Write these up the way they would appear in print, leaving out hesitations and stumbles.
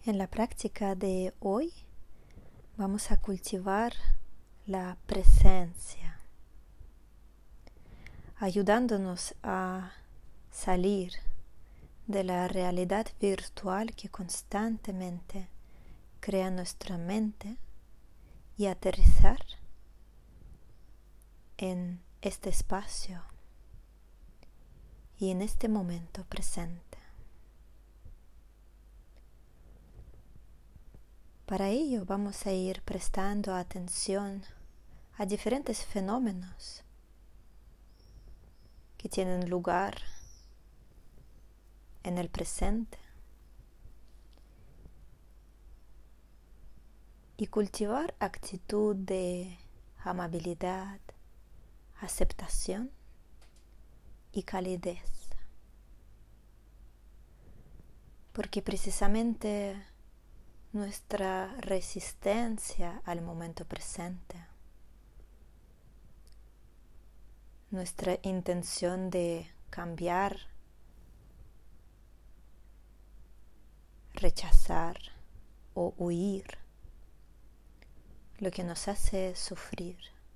En la práctica de hoy vamos a cultivar la presencia, ayudándonos a salir de la realidad virtual que constantemente crea nuestra mente y aterrizar en este espacio y en este momento presente. Para ello vamos a ir prestando atención a diferentes fenómenos que tienen lugar en el presente y cultivar actitud de amabilidad, aceptación y calidez, porque precisamente nuestra resistencia al momento presente, nuestra intención de cambiar, rechazar o huir, lo que nos hace sufrir.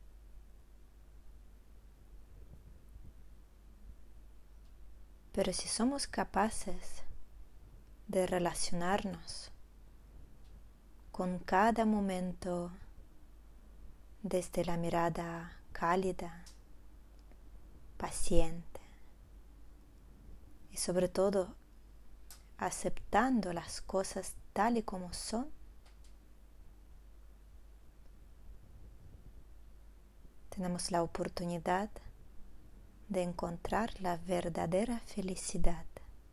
Pero si somos capaces de relacionarnos con cada momento desde la mirada cálida, paciente y sobre todo aceptando las cosas tal y como son, tenemos la oportunidad de encontrar la verdadera felicidad,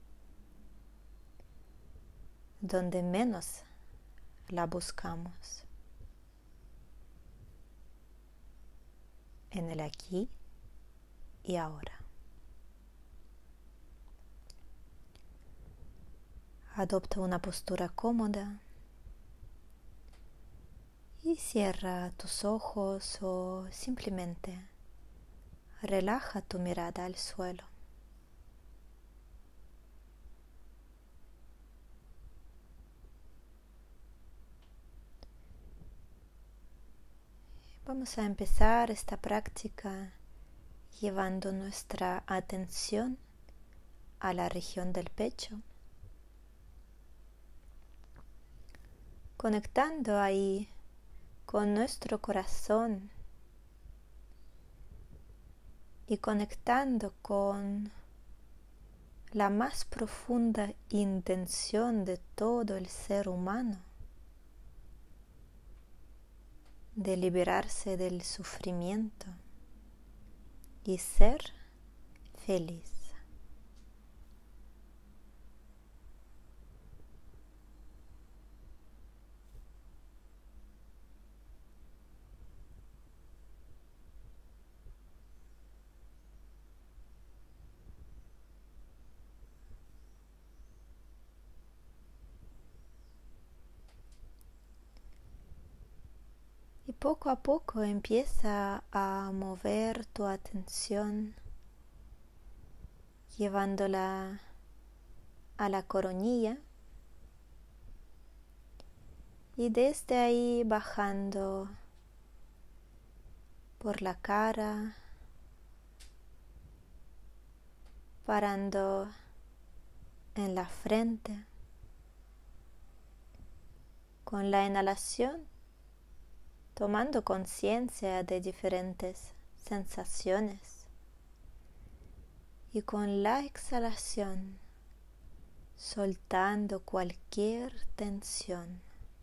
donde menos la buscamos, en el aquí y ahora. Adopta una postura cómoda y cierra tus ojos o simplemente relaja tu mirada al suelo. Vamos a empezar esta práctica llevando nuestra atención a la región del pecho, conectando ahí con nuestro corazón y conectando con la más profunda intención de todo el ser humano de liberarse del sufrimiento y ser feliz. Y poco a poco empieza a mover tu atención, llevándola a la coronilla y desde ahí bajando por la cara, parando en la frente. Con la inhalación, tomando conciencia de diferentes sensaciones y con la exhalación, soltando cualquier tensión,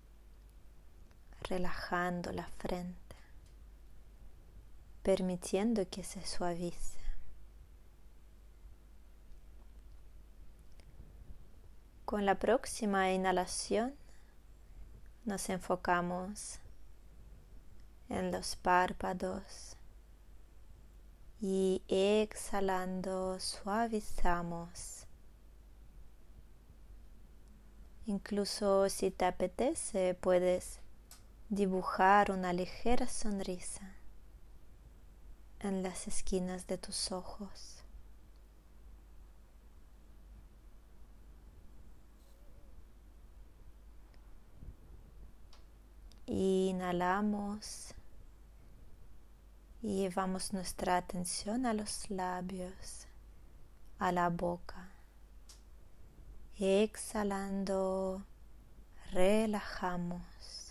relajando la frente, permitiendo que se suavice. Con la próxima inhalación, nos enfocamos en los párpados y exhalando suavizamos. Incluso si te apetece, puedes dibujar una ligera sonrisa en las esquinas de tus ojos. Inhalamos y llevamos nuestra atención a los labios, a la boca. Exhalando, relajamos.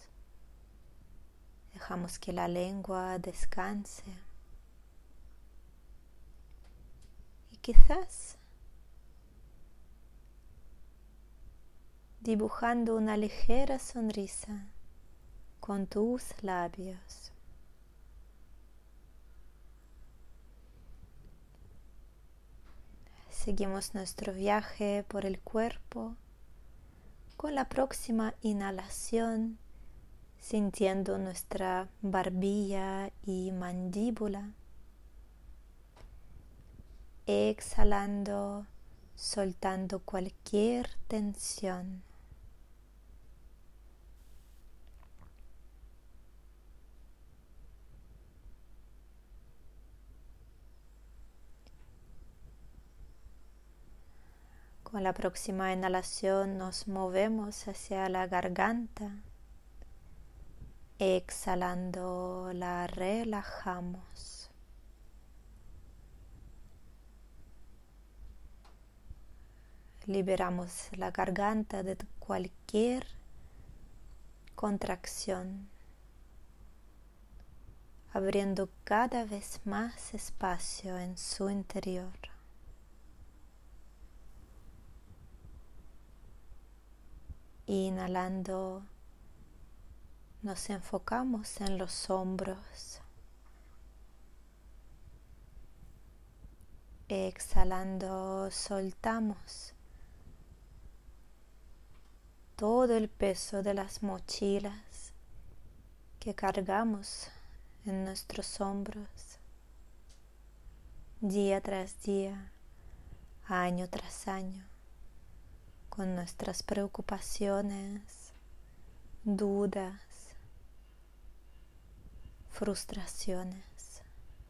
Dejamos que la lengua descanse. Y quizás dibujando una ligera sonrisa con tus labios. Seguimos nuestro viaje por el cuerpo con la próxima inhalación, sintiendo nuestra barbilla y mandíbula. Exhalando, soltando cualquier tensión. Con la próxima inhalación nos movemos hacia la garganta. Exhalando, la relajamos. Liberamos la garganta de cualquier contracción, abriendo cada vez más espacio en su interior. Inhalando, nos enfocamos en los hombros. Exhalando, soltamos todo el peso de las mochilas que cargamos en nuestros hombros día tras día, año tras año, con nuestras preocupaciones, dudas, frustraciones.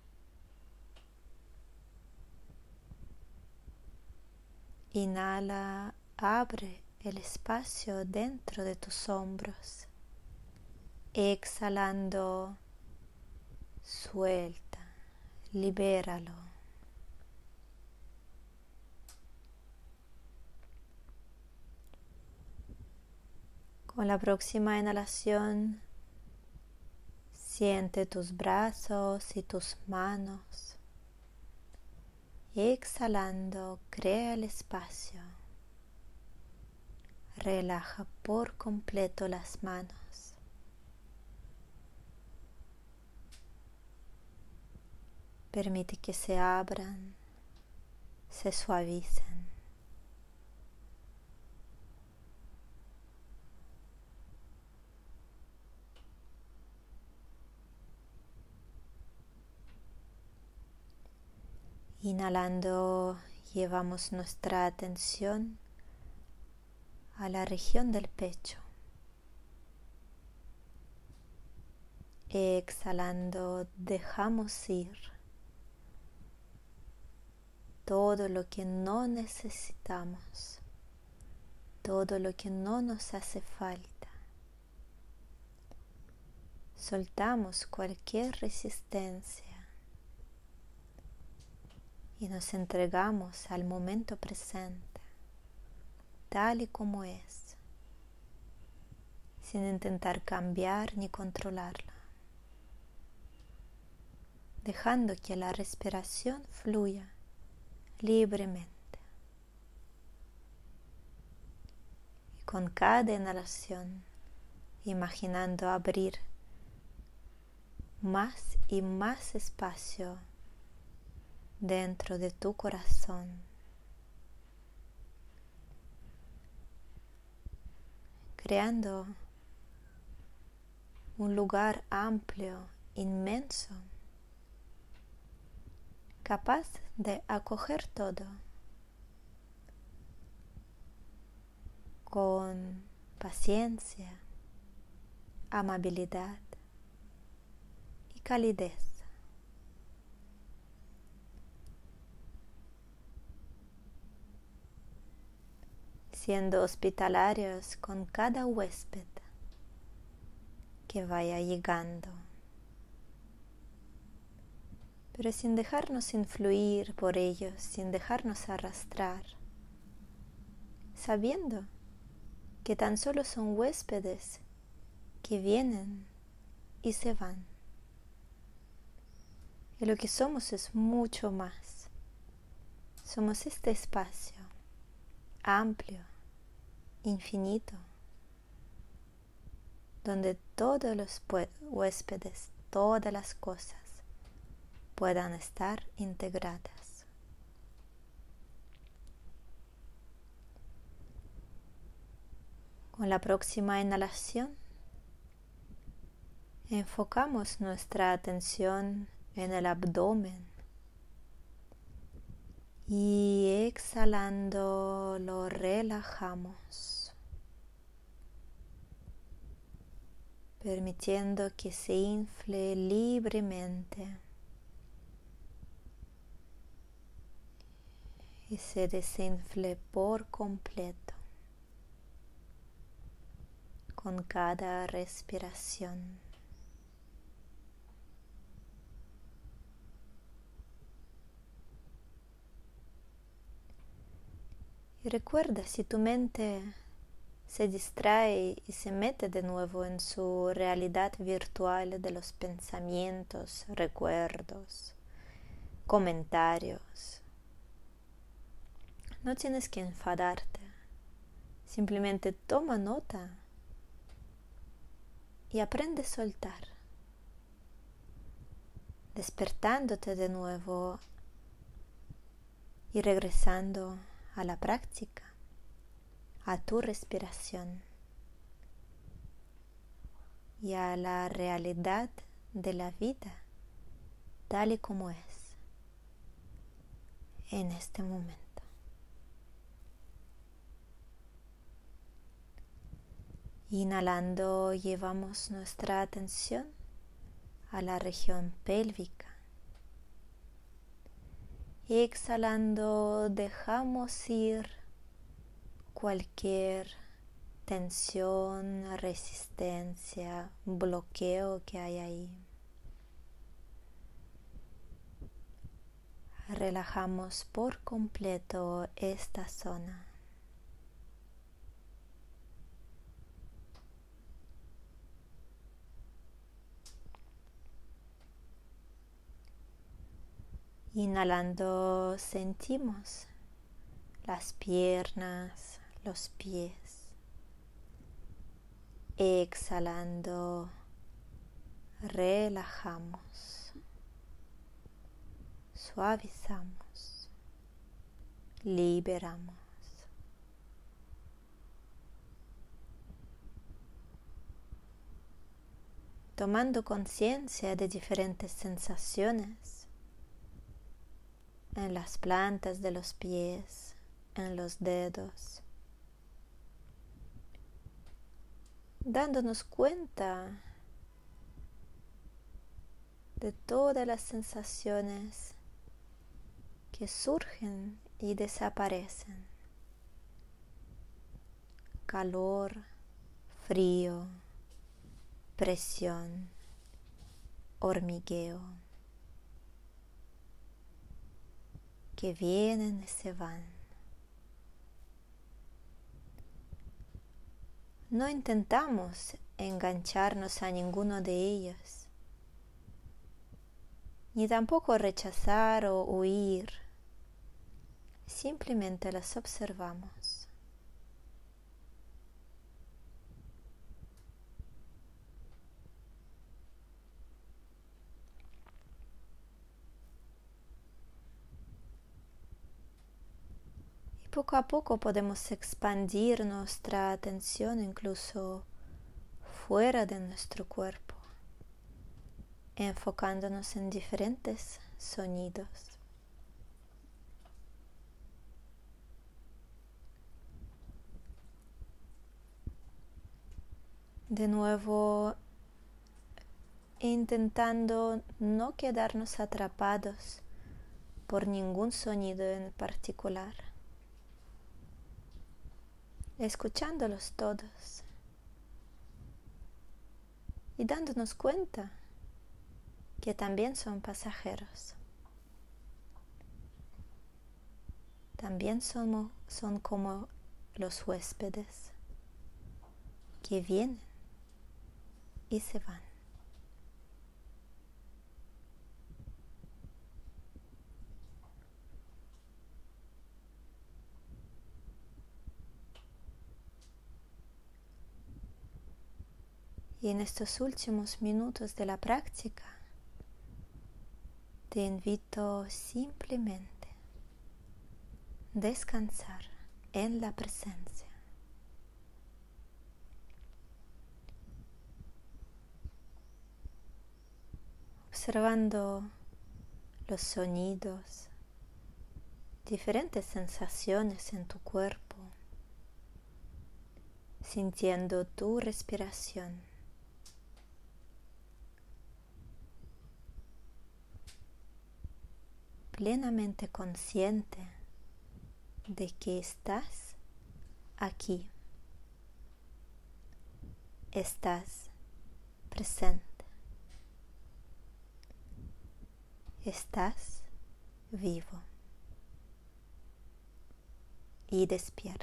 Inhala, abre el espacio dentro de tus hombros. Exhalando, suelta, libéralo. Con la próxima inhalación, siente tus brazos y tus manos. Exhalando, crea el espacio. Relaja por completo las manos. Permite que se abran, se suavicen. Inhalando, llevamos nuestra atención a la región del pecho. Exhalando, dejamos ir todo lo que no necesitamos, todo lo que no nos hace falta. Soltamos cualquier resistencia y nos entregamos al momento presente, tal y como es, sin intentar cambiar ni controlarla, dejando que la respiración fluya libremente. Y con cada inhalación, imaginando abrir más y más espacio dentro de tu corazón. Creando un lugar amplio, inmenso, capaz de acoger todo con paciencia, amabilidad y calidez. Siendo hospitalarios con cada huésped, que vaya llegando, pero sin dejarnos influir por ellos, sin dejarnos arrastrar, sabiendo que tan solo son huéspedes que vienen y se van. Y lo que somos es mucho más. Somos este espacio amplio, infinito, donde todos los huéspedes, todas las cosas puedan estar integradas. Con la próxima inhalación, enfocamos nuestra atención en el abdomen y exhalando lo relajamos, permitiendo que se infle libremente y se desinfle por completo con cada respiración. Y recuerda, si tu mente se distrae y se mete de nuevo en su realidad virtual de los pensamientos, recuerdos, comentarios, no tienes que enfadarte, simplemente toma nota y aprende a soltar, despertándote de nuevo y regresando a la práctica, a tu respiración y a la realidad de la vida tal y como es en este momento. Inhalando, llevamos nuestra atención a la región pélvica. Exhalando, dejamos ir cualquier tensión, resistencia, bloqueo que hay ahí. Relajamos por completo esta zona. Inhalando, sentimos las piernas, los pies. Exhalando, relajamos, suavizamos, liberamos. Tomando conciencia de diferentes sensaciones en las plantas de los pies, en los dedos, dándonos cuenta de todas las sensaciones que surgen y desaparecen. Calor, frío, presión, hormigueo, que vienen y se van. No intentamos engancharnos a ninguno de ellos, ni tampoco rechazar o huir. Simplemente las observamos. Poco a poco podemos expandir nuestra atención incluso fuera de nuestro cuerpo, enfocándonos en diferentes sonidos. De nuevo, intentando no quedarnos atrapados por ningún sonido en particular, escuchándolos todos y dándonos cuenta que también son pasajeros. También son como los huéspedes que vienen y se van. Y en estos últimos minutos de la práctica, te invito simplemente a descansar en la presencia. Observando los sonidos, diferentes sensaciones en tu cuerpo, sintiendo tu respiración. Plenamente consciente de que estás aquí, estás presente, estás vivo y despierto.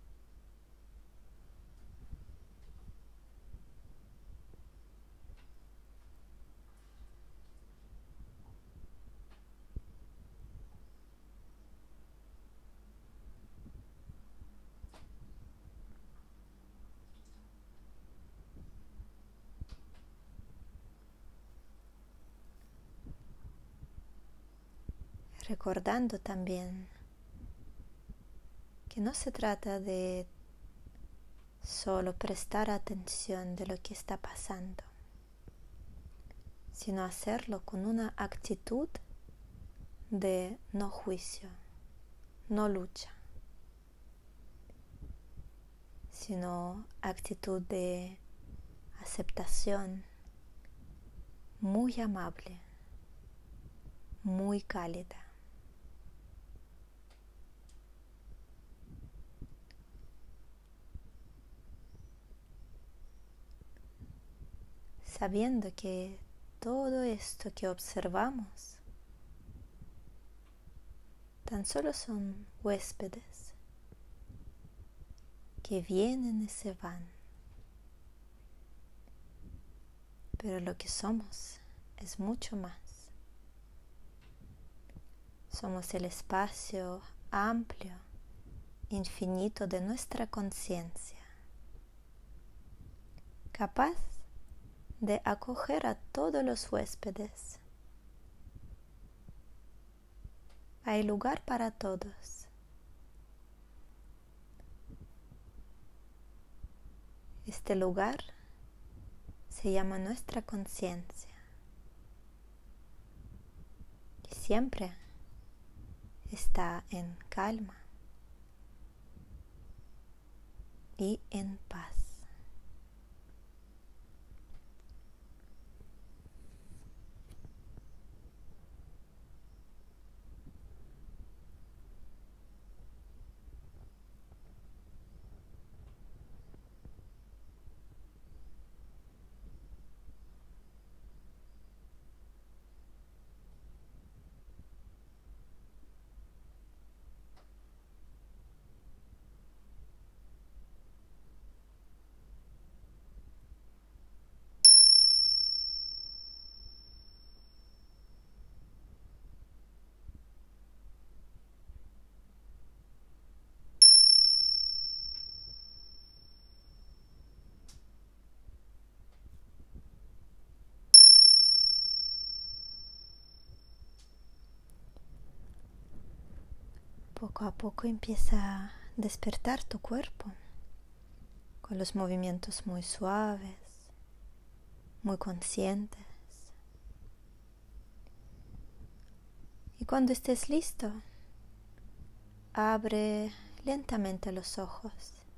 Recordando también que no se trata de solo prestar atención de lo que está pasando, sino hacerlo con una actitud de no juicio, no lucha, sino actitud de aceptación muy amable, muy cálida. Sabiendo que todo esto que observamos tan solo son huéspedes que vienen y se van, pero lo que somos es mucho más. Somos el espacio amplio, infinito de nuestra conciencia, capaz de acoger a todos los huéspedes. Hay lugar para todos. Este lugar se llama nuestra conciencia y siempre está en calma y en paz. Poco a poco empieza a despertar tu cuerpo con los movimientos muy suaves, muy conscientes. Y cuando estés listo, abre lentamente los ojos,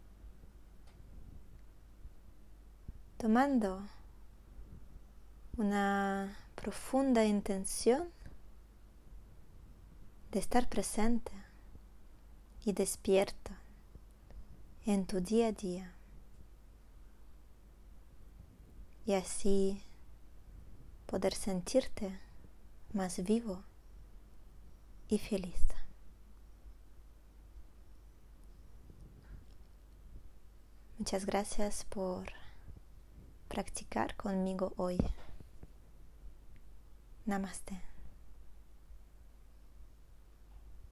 tomando una profunda intención de estar presente y despierto en tu día a día. y así poder sentirte más vivo y feliz. Muchas gracias por practicar conmigo hoy. Namaste.